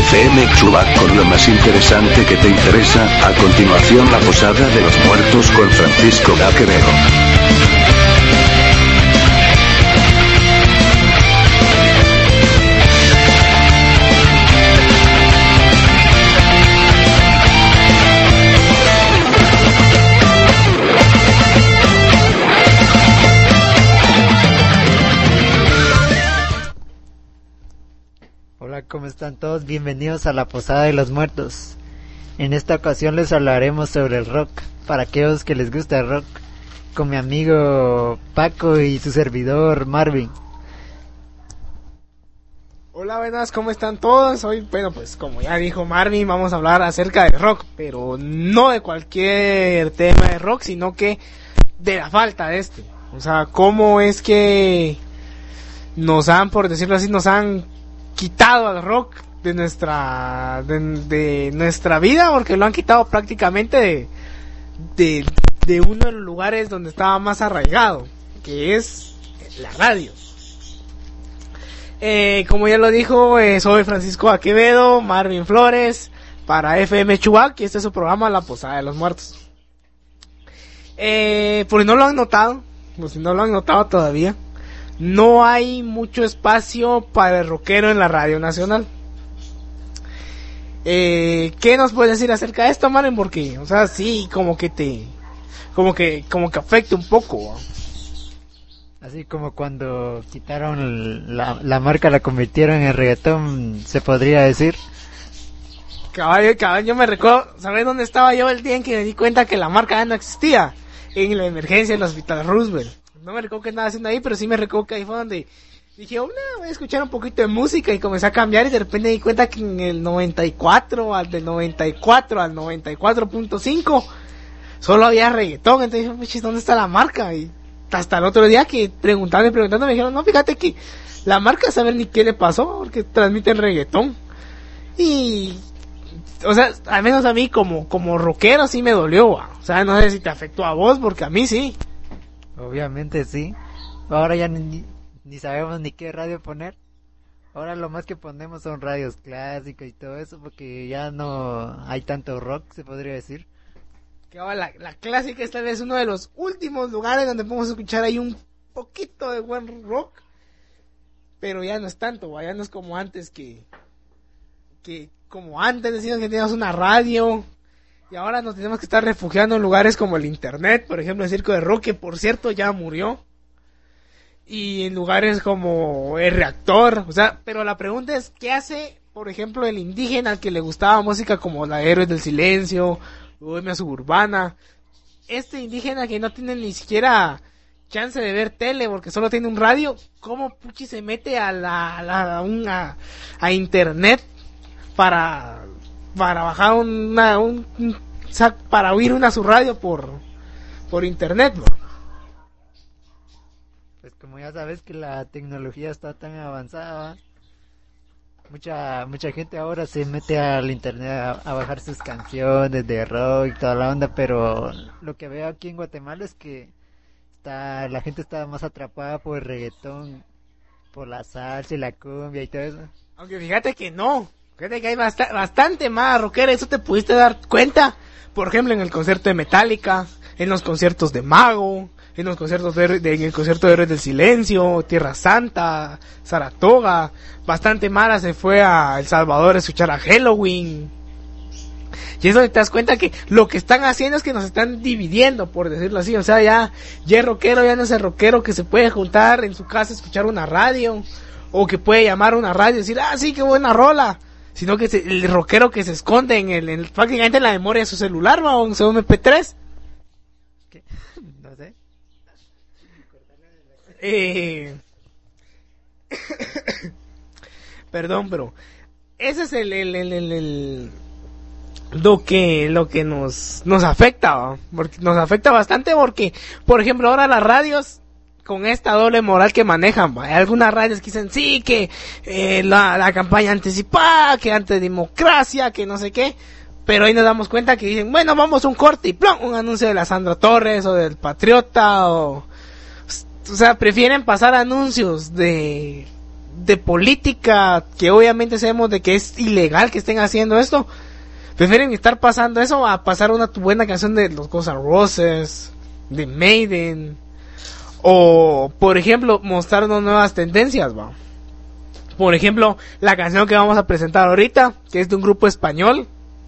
FM Chubac con lo más interesante que te interesa. A continuación, la Posada de los Muertos con Francisco Quevedo. Hola, ¿cómo están todos? Bienvenidos a la Posada de los Muertos. En esta ocasión les hablaremos sobre el rock, para aquellos que les gusta el rock, con mi amigo Paco y su servidor Marvin. Hola, buenas, ¿cómo están todos? Hoy, bueno, pues como ya dijo Marvin, vamos a hablar acerca de rock, pero no de cualquier tema de rock, sino que de la falta de este. O sea, cómo es que nos han, por decirlo así, nos han quitado al rock de nuestra vida, porque lo han quitado prácticamente de uno de los lugares donde estaba más arraigado, que es la radio. Como ya lo dijo, soy Francisco Quevedo, Marvin Flores, para FM Chubac, y este es su programa La Posada de los Muertos. Por si no lo han notado, todavía, no hay mucho espacio para el rockero en la radio nacional. ¿Qué nos puedes decir acerca de esto, Maren? Porque, o sea, sí, como que afecta un poco. Así como cuando quitaron la marca, la convirtieron en reggaetón, se podría decir. Caballo, yo me recuerdo, ¿sabes dónde estaba yo el día en que me di cuenta que la marca ya no existía? En la emergencia del Hospital Roosevelt. No me recuerdo qué estaba haciendo ahí, pero sí me recuerdo que ahí fue donde dije, voy a escuchar un poquito de música, y comencé a cambiar, y de repente me di cuenta que en el 94 al 94.5 solo había reggaetón. Entonces dije, ¿dónde está la marca? Y hasta el otro día que preguntando me dijeron, no, fíjate que la marca saber ni qué le pasó, porque transmiten reggaetón. Y, o sea, al menos a mí como rockero sí me dolió, o sea, no sé si te afectó a vos, porque a mí sí. Obviamente sí. Ahora ya ni sabemos ni qué radio poner. Ahora lo más que ponemos son radios clásicos y todo eso, porque ya no hay tanto rock, se podría decir. Que ahora la clásica esta vez es uno de los últimos lugares donde podemos escuchar ahí un poquito de buen rock, pero ya no es tanto, ya no es como antes que como antes decíamos que teníamos una radio, y ahora nos tenemos que estar refugiando en lugares como el internet, por ejemplo el Circo de Rock, que por cierto ya murió, y en lugares como el Reactor, o sea, pero la pregunta es, ¿qué hace, por ejemplo, el indígena al que le gustaba música como la Héroes del Silencio, Bohemia Suburbana? Este indígena que no tiene ni siquiera chance de ver tele porque solo tiene un radio, ¿cómo puchi se mete a internet para bajar para oír su radio por internet, ¿no? Pues como ya sabes que la tecnología está tan avanzada, mucha gente ahora se mete al internet a bajar sus canciones de rock y toda la onda, pero lo que veo aquí en Guatemala es que la gente está más atrapada por el reggaetón, por la salsa y la cumbia y todo eso. Aunque fíjate que hay bastante más rockera, eso te pudiste dar cuenta, por ejemplo en el concierto de Metallica, en los conciertos de Mago, en los conciertos en el concierto de Héroes del Silencio, Tierra Santa, Saratoga. Bastante mala se fue a El Salvador a escuchar a Halloween. Y eso te das cuenta que lo que están haciendo es que nos están dividiendo, por decirlo así. O sea, ya el rockero ya no es el rockero que se puede juntar en su casa a escuchar una radio, o que puede llamar a una radio y decir, sí, qué buena rola. Sino que el rockero que se esconde prácticamente en la memoria de su celular, o en su MP3. ¿Qué? No sé. Perdón, pero ese es lo que nos afecta, ¿va? Porque nos afecta bastante, porque por ejemplo ahora las radios con esta doble moral que manejan, ¿va? Hay algunas radios que dicen sí, que la campaña anticipada, que antidemocracia, que no sé qué, pero ahí nos damos cuenta que dicen, bueno, vamos a un corte y ¡plum! Un anuncio de la Sandra Torres o del Patriota, o sea, prefieren pasar anuncios de de política, que obviamente sabemos de que es ilegal que estén haciendo esto, prefieren estar pasando eso a pasar una buena canción de los Guns N' Roses, de Maiden, o por ejemplo mostrarnos nuevas tendencias, ¿va? Por ejemplo, la canción que vamos a presentar ahorita, que es de un grupo español,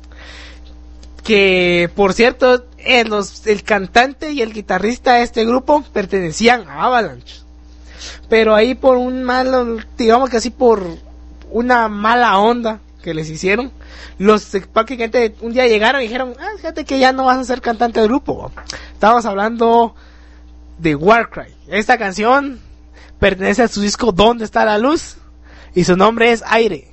que por cierto el cantante y el guitarrista de este grupo pertenecían a Avalanche, pero ahí por un malo, digamos que así por una mala onda que les hicieron, los prácticamente un día llegaron y dijeron, fíjate que ya no vas a ser cantante del grupo. Estábamos hablando de Warcry. Esta canción pertenece a su disco ¿Dónde está la luz? Y su nombre es Aire.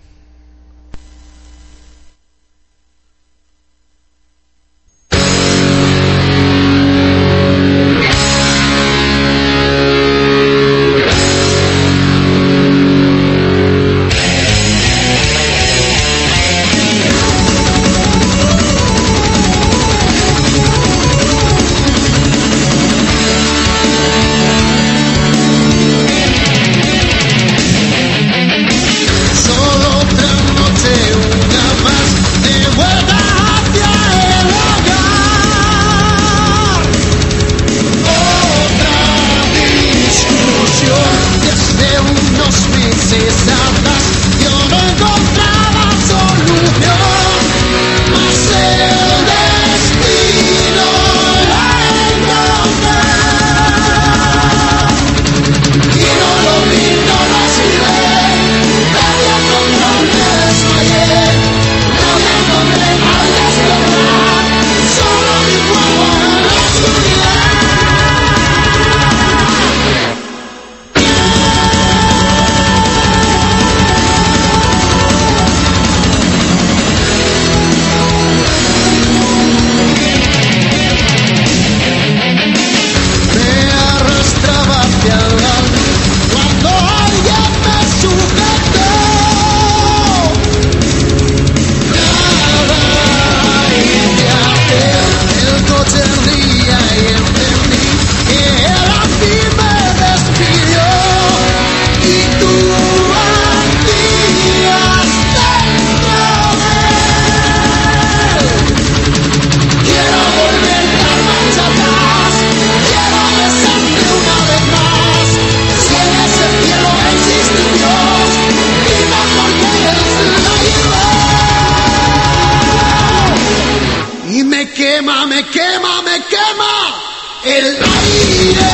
el aire.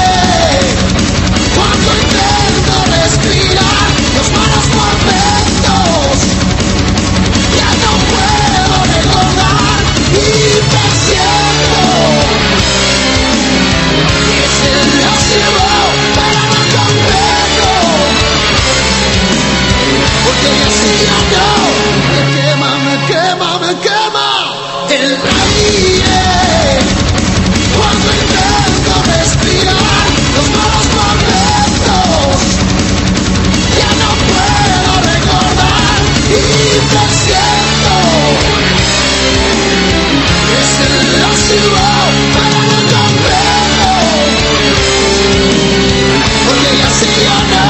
Cuando intento respirar los malos momentos, ya no puedo recordar y presiento que se lo sirvo, pero no comprendo, porque así ya no me quema el aire. Cuando intento respirar los malos momentos, ya no puedo recordar y presiento que se lo sirvo, pero no comprendo, porque ya sí yo no.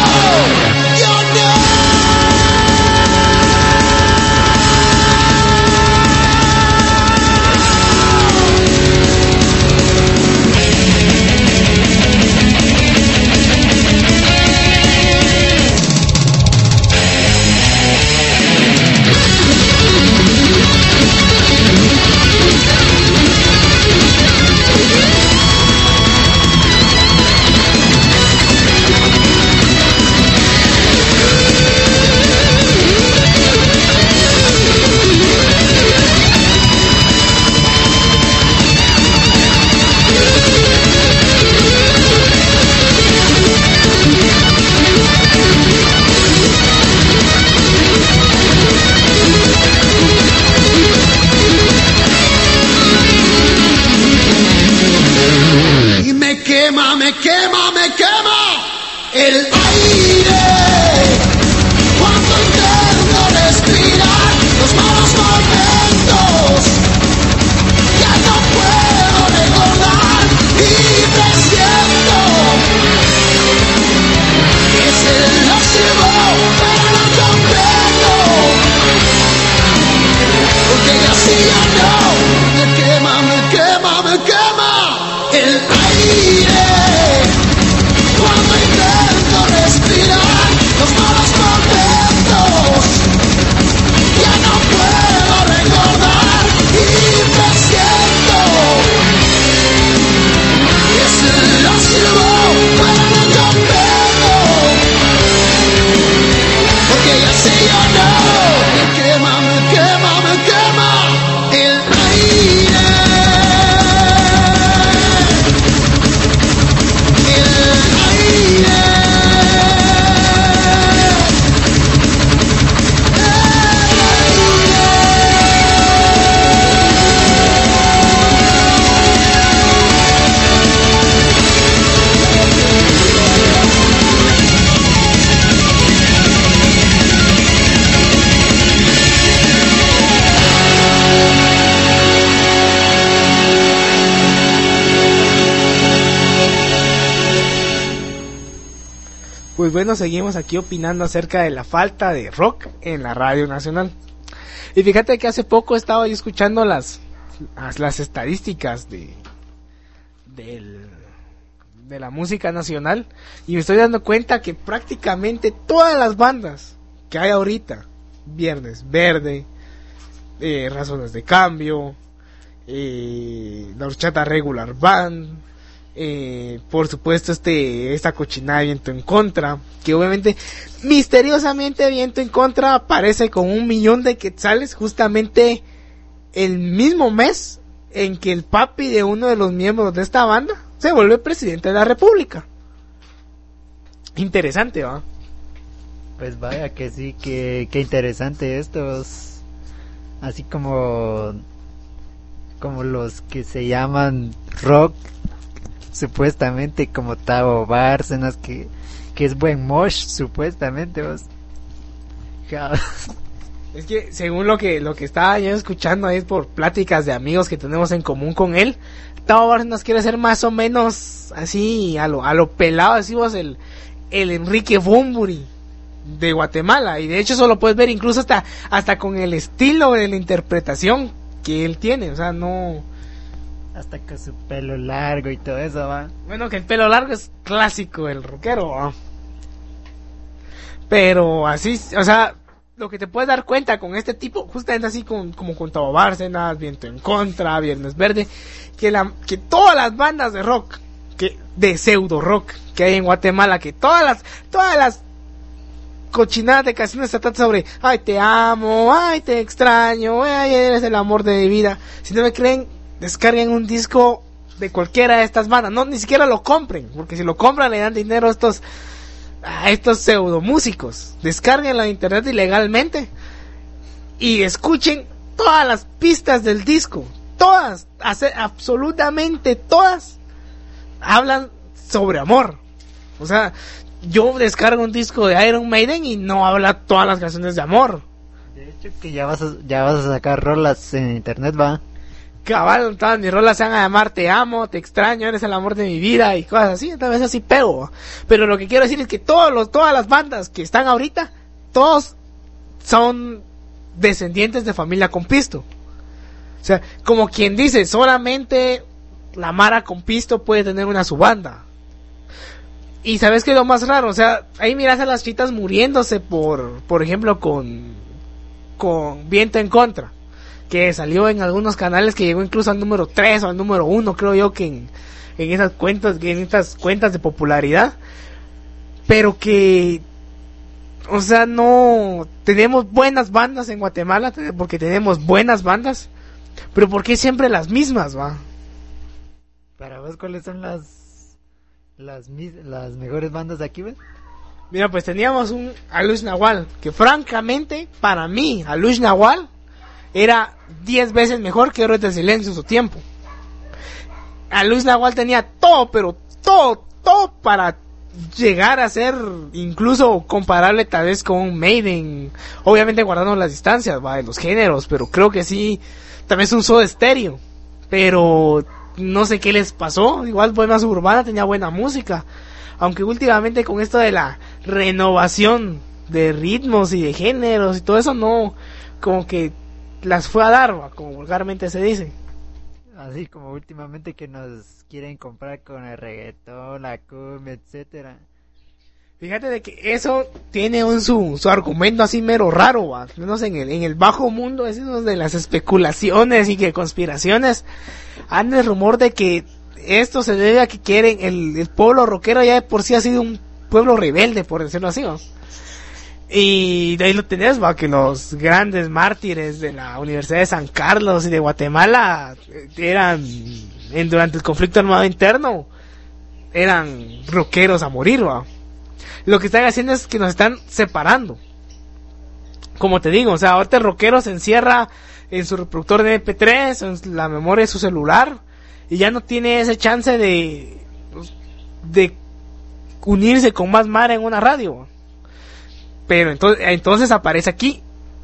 Me quema el aire. Cuando intento respirar los malos momentos, ya no puedo recordar y presiento que se lo sirvo. Pues bueno, seguimos aquí opinando acerca de la falta de rock en la Radio Nacional. Y fíjate que hace poco estaba yo escuchando las estadísticas de la música nacional y me estoy dando cuenta que prácticamente todas las bandas que hay ahorita, Viernes Verde, Razones de Cambio, la Horchata Regular Band, por supuesto esta cochinada de Viento en Contra, que obviamente misteriosamente Viento en Contra aparece con 1 millón de quetzales justamente el mismo mes en que el papi de uno de los miembros de esta banda se vuelve presidente de la República. Interesante, ¿va? Pues vaya que sí, que interesante estos, así como los que se llaman rock, supuestamente como Tavo Bárcenas, que es buen mosh, supuestamente, vos. Es que según lo que estaba yo escuchando ahí por pláticas de amigos que tenemos en común con él, Tavo Bárcenas quiere ser más o menos así, a lo pelado, así vos, el Enrique Bunbury de Guatemala, y de hecho eso lo puedes ver incluso hasta con el estilo de la interpretación que él tiene, o sea, no... Hasta con su pelo largo y todo eso, va. Bueno, que el pelo largo es clásico del rockero, ¿va? Pero así, o sea, lo que te puedes dar cuenta con este tipo, justamente así como con Tavo Bárcenas, Viento en Contra, Viernes Verde, que todas las bandas de rock, de pseudo rock que hay en Guatemala, que todas las cochinadas de canciones se tratan sobre ay te amo, ay te extraño, ay eres el amor de mi vida. Si no me creen, descarguen un disco de cualquiera de estas bandas, no, ni siquiera lo compren, porque si lo compran le dan dinero a estos pseudo músicos. Descarguenlo a internet ilegalmente y escuchen todas las pistas del disco, todas, absolutamente todas hablan sobre amor. O sea, yo descargo un disco de Iron Maiden y no habla todas las canciones de amor. De hecho que ya vas a sacar rolas en internet, va. Cabal, todas mis rolas se van a llamar Te amo, te extraño, eres el amor de mi vida y cosas así, tal vez así pego. Pero lo que quiero decir es que todas las bandas que están ahorita, todos son descendientes de familia con pisto. O sea, como quien dice, solamente la Mara con pisto puede tener una subanda. Y ¿sabes qué es lo más raro? O sea, ahí miras a las chitas muriéndose por ejemplo, con Viento en Contra, que salió en algunos canales, que llegó incluso al número 3 o al número 1, creo yo, que en estas cuentas de popularidad. Pero que, o sea, no tenemos buenas bandas en Guatemala, porque tenemos buenas bandas, pero ¿por qué siempre las mismas, va? Para vos, ¿cuáles son las mejores bandas de aquí, ves? Mira, pues teníamos a Luis Nahual, que francamente, para mí, a Luis Nahual era 10 veces mejor que Héroes del Silencio en su tiempo. A Luis Nahual tenía todo, pero todo para llegar a ser incluso comparable tal vez con un Maiden, obviamente guardando las distancias, va, de los géneros, pero creo que sí, tal vez un Soda Stereo, pero no sé qué les pasó. Igual Bohemia Suburbana tenía buena música, aunque últimamente con esto de la renovación de ritmos y de géneros y todo eso, no, como que las fue a dar, ¿va? Como vulgarmente se dice. Así como últimamente que nos quieren comprar con el reggaetón, la cumbia, etcétera. Fíjate de que eso tiene su argumento así mero raro, ¿va? Menos en el bajo mundo, es eso de las especulaciones y que conspiraciones. Anda el rumor de que esto se debe a que quieren, el pueblo rockero ya de por sí ha sido un pueblo rebelde, por decirlo así, ¿va? Y de ahí lo tenés, va, que los grandes mártires de la Universidad de San Carlos y de Guatemala eran, durante el conflicto armado interno, eran rockeros a morir, va. Lo que están haciendo es que nos están separando. Como te digo, o sea, ahorita el rockero se encierra en su reproductor de MP3, en la memoria de su celular, y ya no tiene ese chance de unirse con más mara en una radio. Pero entonces aparece aquí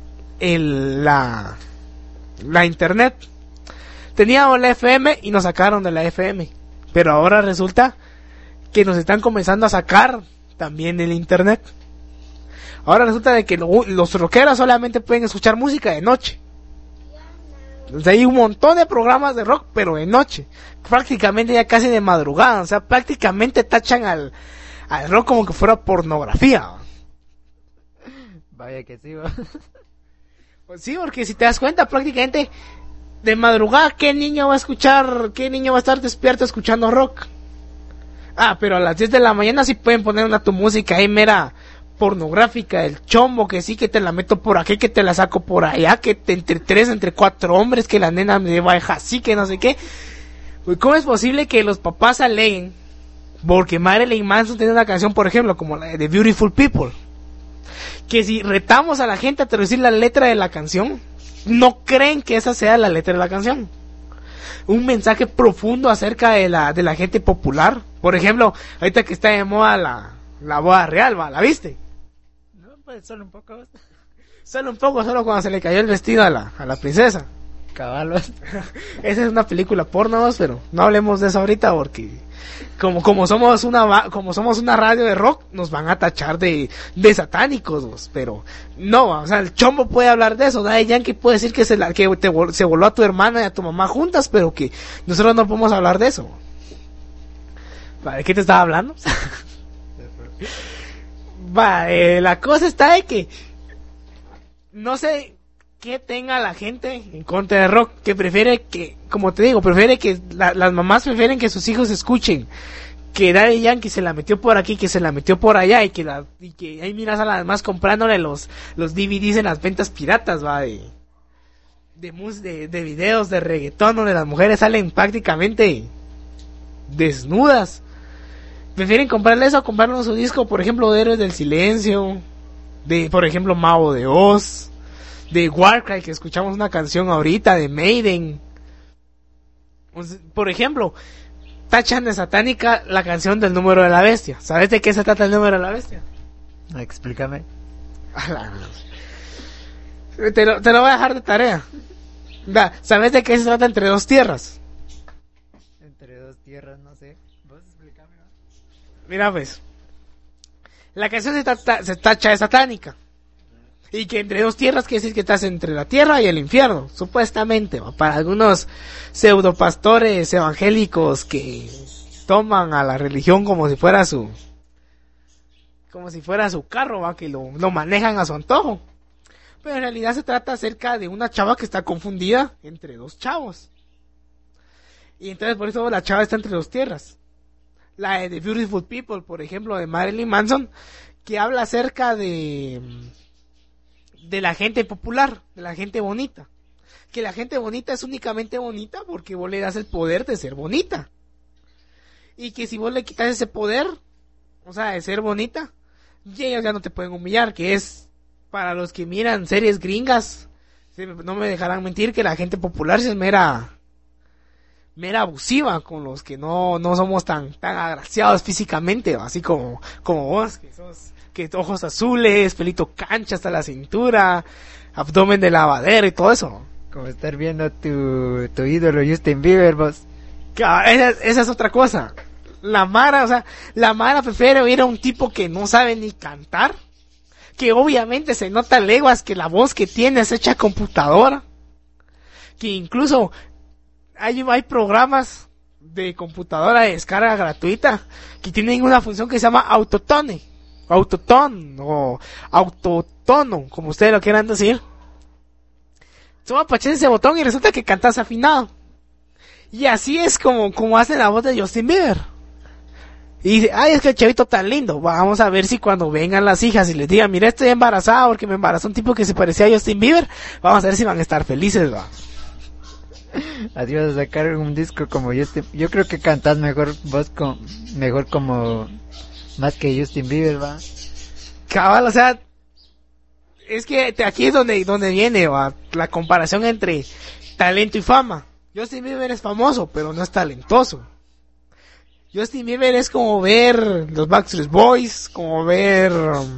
la internet. Teníamos la FM y nos sacaron de la FM, pero ahora resulta que nos están comenzando a sacar también el internet. Ahora resulta de que los rockeros solamente pueden escuchar música de noche. O sea, hay un montón de programas de rock, pero de noche. Prácticamente ya casi de madrugada. O sea, prácticamente tachan al rock como que fuera pornografía. Vaya que sí, va. Pues sí, porque si te das cuenta, prácticamente de madrugada, ¿qué niño va a estar despierto escuchando rock? Ah, pero a las 10 de la mañana sí pueden poner tu música ahí mera pornográfica, el chombo, que sí, que te la meto por aquí, que te la saco por allá, que entre 4 hombres, que la nena me baja así, que no sé qué. ¿Cómo es posible que los papás aleguen porque Marilyn Manson tiene una canción, por ejemplo, como la de The Beautiful People, que si retamos a la gente a traducir la letra de la canción, no creen que esa sea la letra de la canción? Un mensaje profundo acerca de la gente popular. Por ejemplo, ahorita que está de moda la boda real, ¿va? ¿La viste? No, pues solo un poco. Solo cuando se le cayó el vestido a la princesa. Cabalos. Esa es una película porno, pero no hablemos de eso ahorita porque como somos una radio de rock, nos van a tachar de satánicos, pero no, o sea, el chombo puede hablar de eso, Daddy Yankee puede decir que se voló a tu hermana y a tu mamá juntas, pero que nosotros no podemos hablar de eso. ¿De qué te estaba hablando? La cosa está de que no sé qué tenga la gente en contra de rock, que prefiere que, como te digo, las mamás prefieren que sus hijos escuchen que Daddy Yankee se la metió por aquí, que se la metió por allá, y que ahí miras a las demás comprándole los DVDs en las ventas piratas, va, de videos de reggaetón donde las mujeres salen prácticamente desnudas. Prefieren comprarle eso a comprarle su disco, por ejemplo, de Héroes del Silencio, por ejemplo, Mago de Oz, de Warcry, que escuchamos una canción ahorita, de Maiden. Por ejemplo, tachan de satánica la canción del Número de la Bestia. ¿Sabes de qué se trata el Número de la Bestia? Explícame. Te lo voy a dejar de tarea. ¿Sabes de qué se trata Entre Dos Tierras? Entre Dos Tierras, no sé. Vos explícame, ¿no? Mira pues, la canción se tacha de satánica. Y que entre dos tierras quiere decir que estás entre la tierra y el infierno, supuestamente, ¿va? Para algunos pseudopastores evangélicos que toman a la religión como si fuera su carro, ¿va? Que lo manejan a su antojo. Pero en realidad se trata acerca de una chava que está confundida entre dos chavos. Y entonces por eso la chava está entre dos tierras. La de The Beautiful People, por ejemplo, de Marilyn Manson, que habla acerca de la gente popular, de la gente bonita. Que la gente bonita es únicamente bonita porque vos le das el poder de ser bonita. Y que si vos le quitas ese poder, o sea, de ser bonita, y ellos ya no te pueden humillar, que es, para los que miran series gringas, no me dejarán mentir que la gente popular es mera abusiva con los que no somos tan agraciados físicamente, así como vos, que ojos azules, pelito cancha hasta la cintura, abdomen de lavadero y todo eso. Como estar viendo tu ídolo Justin Bieber, vos. Esa es otra cosa. La Mara prefiere oír a un tipo que no sabe ni cantar, que obviamente se nota leguas que la voz que tiene es hecha a computadora, que incluso hay programas de computadora de descarga gratuita que tienen una función que se llama autotone o autotono, como ustedes lo quieran decir. Solo apachas ese botón y resulta que cantas afinado. Y así es como hacen la voz de Justin Bieber. Y dice, ay, es que el chavito tan lindo. Vamos a ver si cuando vengan las hijas y les digan, mira, estoy embarazada porque me embarazó un tipo que se parecía a Justin Bieber, vamos a ver si van a estar felices, va. Así vas a sacar un disco como Justin. Yo creo que cantas mejor vos mejor como más que Justin Bieber, va. Cabal, o sea, es que aquí es donde viene, va, la comparación entre talento y fama. Justin Bieber es famoso, pero no es talentoso. Justin Bieber es como ver los Backstreet Boys, como ver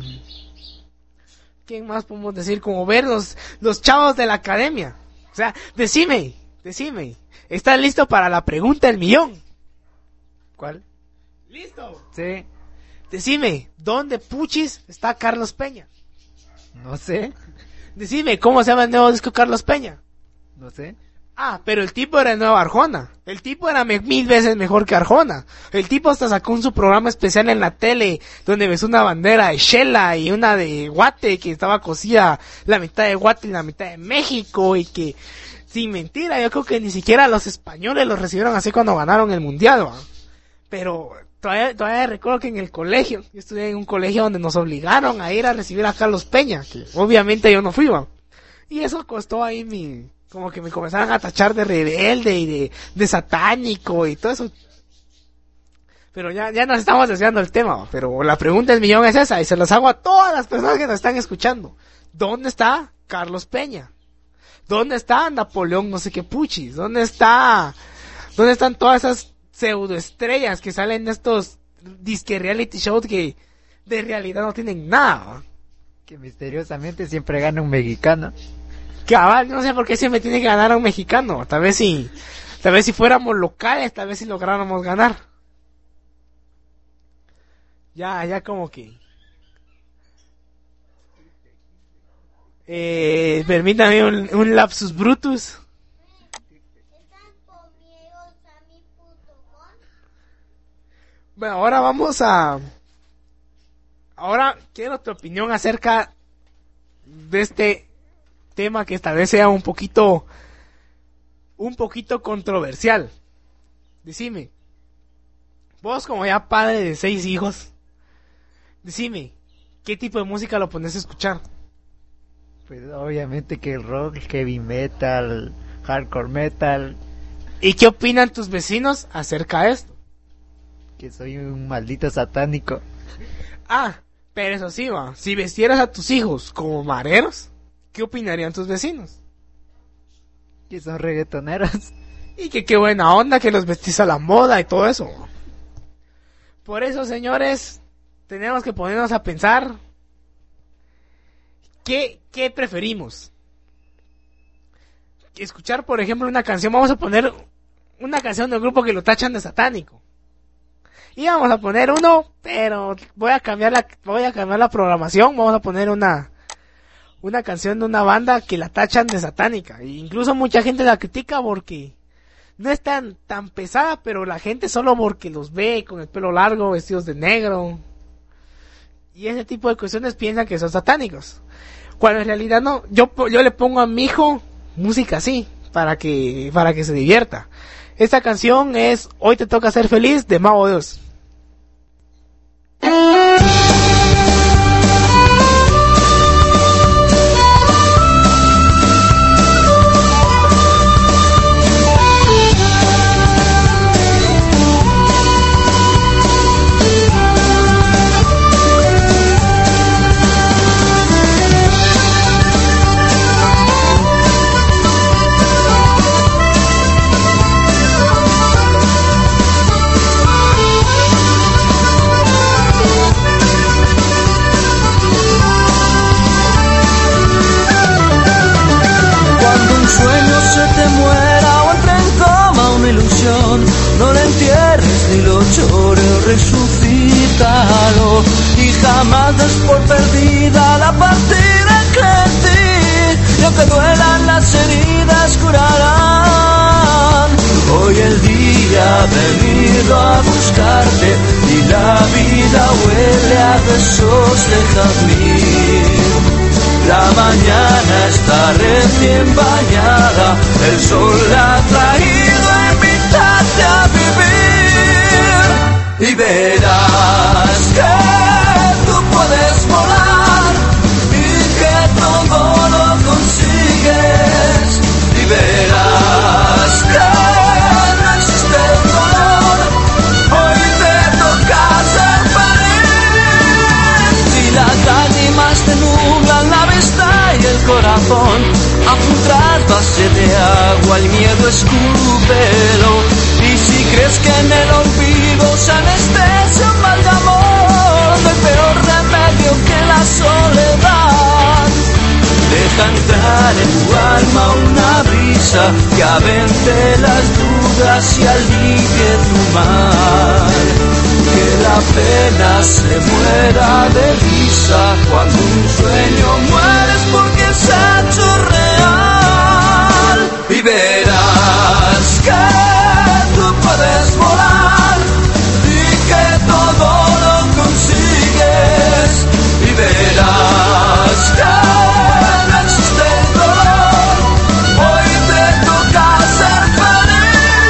¿quién más podemos decir? Como ver los chavos de la academia. O sea, decime, ¿estás listo para la pregunta del millón? ¿Cuál? ¿Listo? Sí. Decime, ¿dónde puchis está Carlos Peña? No sé, Decime, ¿cómo se llama el nuevo disco de Carlos Peña? no sé. Ah, pero el tipo era el nuevo Arjona. El tipo era 1000 veces mejor que Arjona. El tipo hasta sacó su programa especial en la tele, donde ves una bandera de Shela y una de Guate, que estaba cosida la mitad de Guate y la mitad de México, y que, sin mentira, yo creo que ni siquiera los españoles los recibieron así cuando ganaron el mundial, ¿va? Pero todavía recuerdo que en el colegio, yo estudié en un colegio donde nos obligaron a ir a recibir a Carlos Peña, que obviamente yo no fui, ¿va? Y eso costó ahí como que me comenzaron a tachar de rebelde y de satánico y todo eso. Pero ya nos estamos desviando el tema, ¿va? Pero la pregunta del millón es esa, y se las hago a todas las personas que nos están escuchando. ¿Dónde está Carlos Peña? ¿Dónde está Napoleón no sé qué puchis? ¿Dónde están todas esas pseudoestrellas que salen de estos disque reality shows que de realidad no tienen nada, ¿va? Que misteriosamente siempre gana un mexicano. Cabal, no sé por qué siempre tiene que ganar a un mexicano. Tal vez si fuéramos locales, tal vez si lográramos ganar. Ya como que... permítame un lapsus brutus. Bueno, ahora quiero tu opinión acerca de este tema que tal vez sea un poquito controversial. Decime, vos como ya padre de 6 hijos, decime, ¿qué tipo de música lo pones a escuchar? Pues obviamente que el rock, el heavy metal, hardcore metal. ¿Y qué opinan tus vecinos acerca de esto? Que soy un maldito satánico. Ah, pero eso sí, va, si vestieras a tus hijos como mareros, ¿qué opinarían tus vecinos? Que son reggaetoneros. Y que qué buena onda que los vestís a la moda y todo eso. Por eso, señores, tenemos que ponernos a pensar ¿qué preferimos? Escuchar, por ejemplo, una canción. Vamos a poner una canción de un grupo que lo tachan de satánico. Y vamos a poner uno, pero voy a cambiar la programación. Vamos a poner una canción de una banda que la tachan de satánica. E incluso mucha gente la critica porque no es tan pesada, pero la gente solo porque los ve con el pelo largo, vestidos de negro y ese tipo de cuestiones piensan que son satánicos. Cuando en realidad no. Yo le pongo a mi hijo música así para que se divierta. Esta canción es Hoy te toca ser feliz, de Mago Dios. No le entierres ni lo llores, resucítalo y jamás des por perdida la partida que en ti, y aunque duelan las heridas curarán. Hoy el día ha venido a buscarte y la vida huele a besos de jazmín. La mañana está recién bañada, el sol la ha traído a invitarte a vivir. Y verás que tú puedes volar y que todo lo consigues. Y verás que no existe el dolor, hoy te toca ser feliz. Si las lágrimas te nublan la vista y el corazón, a un trasvase de agua el miedo escúpelo. Y si crees que en el olvido se anestesia un mal de amor, no hay peor remedio que la soledad. Deja entrar en tu alma una brisa que avente las dudas y alivie tu mal. Que la apenas se muera de risa. Cuando un sueño muere es porque se ha hecho real. Y verás que tú puedes volar y que todo lo consigues. Y verás que no existe el dolor. Hoy te toca ser feliz.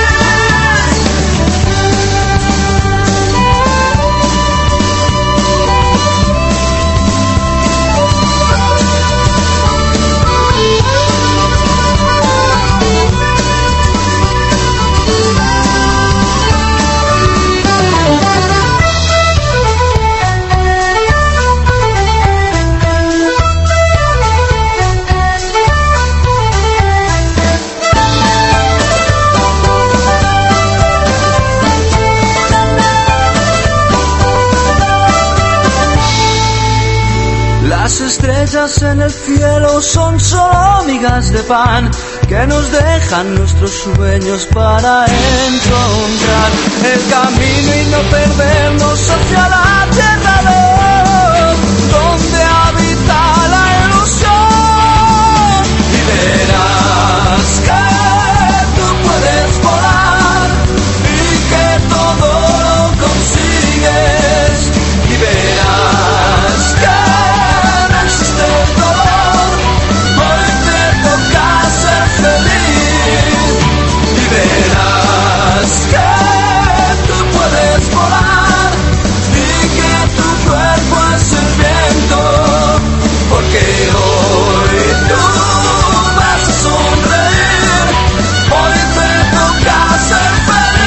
Las estrellas en el cielo son solo migas de pan que nos dejan nuestros sueños para encontrar el camino y no perdernos hacia la tierra donde habita la ilusión. Y verás que tú puedes volar y que todo lo consigues. Y verás que el dolor, hoy te toca ser feliz. Y verás que tú puedes volar y que tu cuerpo es el viento, porque hoy tú vas a sonreír. Hoy te toca ser feliz.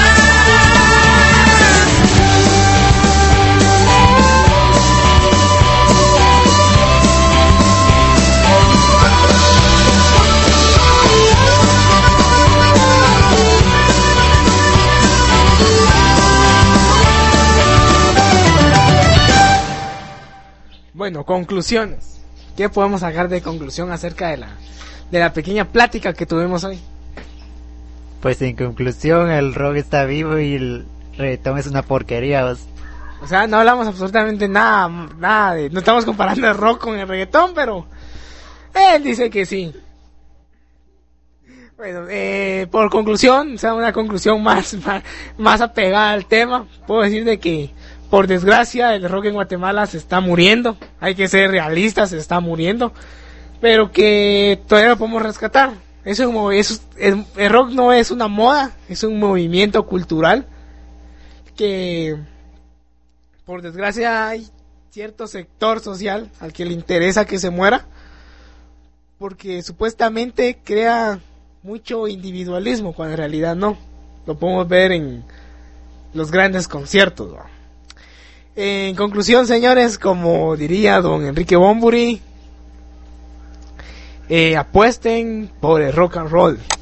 Bueno, conclusiones. ¿Qué podemos sacar de conclusión acerca de la pequeña plática que tuvimos hoy? Pues en conclusión, el rock está vivo y el reggaetón es una porquería. O sea, no hablamos absolutamente nada no estamos comparando el rock con el reggaetón, pero él dice que sí. Bueno, por conclusión, o sea, una conclusión más apegada al tema, puedo decir de que, por desgracia, el rock en Guatemala se está muriendo. Hay que ser realistas, se está muriendo, pero que todavía lo podemos rescatar. El rock no es una moda, es un movimiento cultural que, por desgracia, hay cierto sector social al que le interesa que se muera, porque supuestamente crea mucho individualismo, cuando en realidad no. Lo podemos ver en los grandes conciertos, ¿no? En conclusión, señores, como diría don Enrique Bunbury, apuesten por el rock and roll.